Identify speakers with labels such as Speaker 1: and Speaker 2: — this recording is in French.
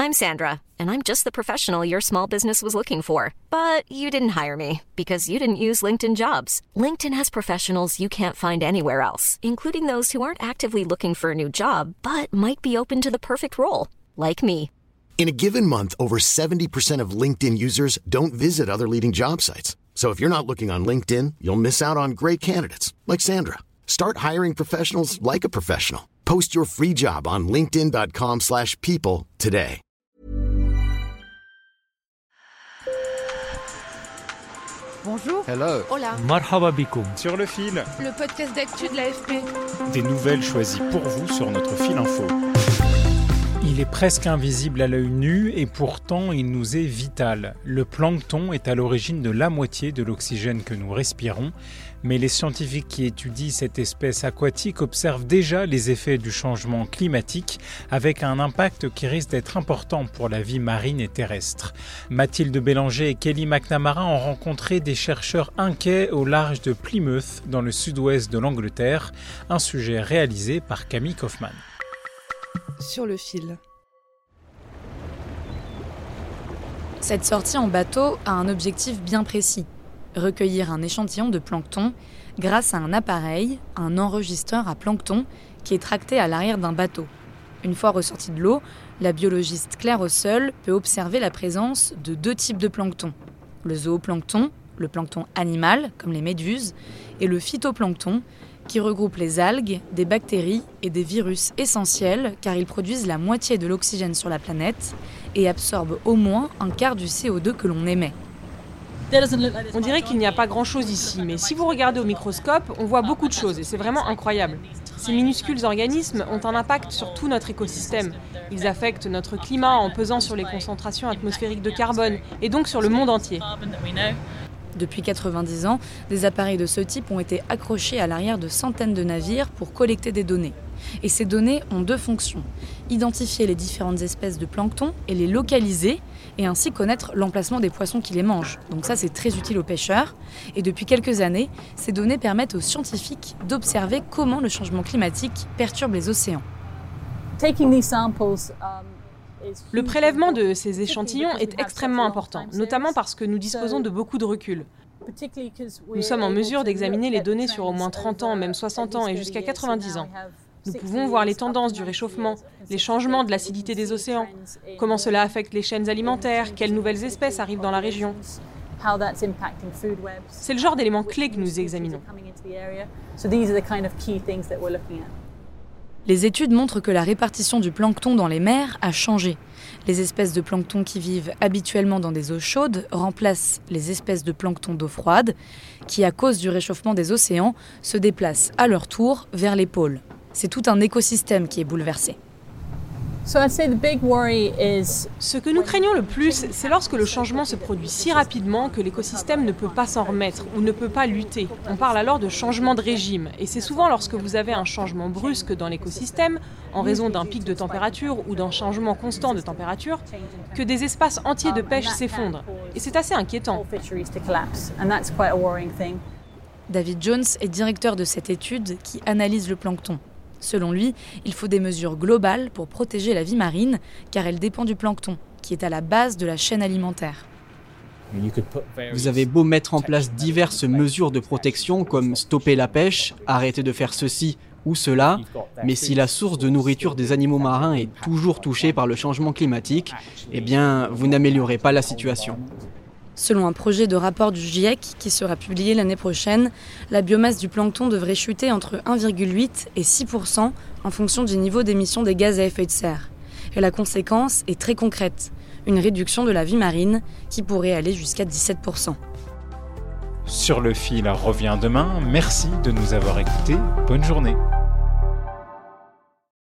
Speaker 1: I'm Sandra, and I'm just the professional your small business was looking for. But you didn't hire me because you didn't use LinkedIn Jobs. LinkedIn has professionals you can't find anywhere else, including those who aren't actively looking for a new job, but might be open to the perfect role, like me.
Speaker 2: In a given month, over 70% of LinkedIn users don't visit other leading job sites. So if you're not looking on LinkedIn, you'll miss out on great candidates like Sandra. Start hiring professionals like a professional. Post your free job on linkedin.com/people today.
Speaker 3: Bonjour.
Speaker 4: Hello.
Speaker 3: Hola.
Speaker 5: Marhaba bikoum.
Speaker 6: Sur le fil.
Speaker 3: Le podcast d'actu de l'AFP.
Speaker 6: Des nouvelles choisies pour vous sur notre fil info.
Speaker 5: Il est presque invisible à l'œil nu et pourtant il nous est vital. Le plancton est à l'origine de la moitié de l'oxygène que nous respirons, mais les scientifiques qui étudient cette espèce aquatique observent déjà les effets du changement climatique avec un impact qui risque d'être important pour la vie marine et terrestre. Mathilde Bélanger et Kelly McNamara ont rencontré des chercheurs inquiets au large de Plymouth, dans le sud-ouest de l'Angleterre, un sujet réalisé par Camille Kaufmann.
Speaker 3: Sur le fil.
Speaker 7: Cette sortie en bateau a un objectif bien précis, recueillir un échantillon de plancton grâce à un appareil, un enregistreur à plancton qui est tracté à l'arrière d'un bateau. Une fois ressorti de l'eau, la biologiste Claire Ossel peut observer la présence de 2 types de plancton. Le zooplancton, le plancton animal, comme les méduses, et le phytoplancton, qui regroupe les algues, des bactéries et des virus essentiels car ils produisent la moitié de l'oxygène sur la planète et absorbent au moins un quart du CO2 que l'on émet.
Speaker 8: On dirait qu'il n'y a pas grand-chose ici, mais si vous regardez au microscope, on voit beaucoup de choses et c'est vraiment incroyable. Ces minuscules organismes ont un impact sur tout notre écosystème. Ils affectent notre climat en pesant sur les concentrations atmosphériques de carbone et donc sur le monde entier.
Speaker 7: Depuis 90 ans, des appareils de ce type ont été accrochés à l'arrière de centaines de navires pour collecter des données. Et ces données ont 2 fonctions. Identifier les différentes espèces de plancton et les localiser, et ainsi connaître l'emplacement des poissons qui les mangent. Donc ça, c'est très utile aux pêcheurs. Et depuis quelques années, ces données permettent aux scientifiques d'observer comment le changement climatique perturbe les océans.
Speaker 8: Le prélèvement de ces échantillons est extrêmement important, notamment parce que nous disposons de beaucoup de recul. Nous sommes en mesure d'examiner les données sur au moins 30 ans, même 60 ans et jusqu'à 90 ans. Nous pouvons voir les tendances du réchauffement, les changements de l'acidité des océans, comment cela affecte les chaînes alimentaires, quelles nouvelles espèces arrivent dans la région. C'est le genre d'éléments clés que nous examinons.
Speaker 7: Les études montrent que la répartition du plancton dans les mers a changé. Les espèces de plancton qui vivent habituellement dans des eaux chaudes remplacent les espèces de plancton d'eau froide qui, à cause du réchauffement des océans, se déplacent à leur tour vers les pôles. C'est tout un écosystème qui est bouleversé.
Speaker 8: Ce que nous craignons le plus, c'est lorsque le changement se produit si rapidement que l'écosystème ne peut pas s'en remettre ou ne peut pas lutter. On parle alors de changement de régime. Et c'est souvent lorsque vous avez un changement brusque dans l'écosystème, en raison d'un pic de température ou d'un changement constant de température, que des espaces entiers de pêche s'effondrent. Et c'est assez inquiétant.
Speaker 7: David Jones est directeur de cette étude qui analyse le plancton. Selon lui, il faut des mesures globales pour protéger la vie marine, car elle dépend du plancton, qui est à la base de la chaîne alimentaire.
Speaker 4: Vous avez beau mettre en place diverses mesures de protection, comme stopper la pêche, arrêter de faire ceci ou cela, mais si la source de nourriture des animaux marins est toujours touchée par le changement climatique, eh bien, vous n'améliorez pas la situation.
Speaker 7: Selon un projet de rapport du GIEC qui sera publié l'année prochaine, la biomasse du plancton devrait chuter entre 1,8 et 6% en fonction du niveau d'émission des gaz à effet de serre. Et la conséquence est très concrète, une réduction de la vie marine qui pourrait aller jusqu'à 17%.
Speaker 5: Sur le fil revient demain. Merci de nous avoir écoutés. Bonne journée.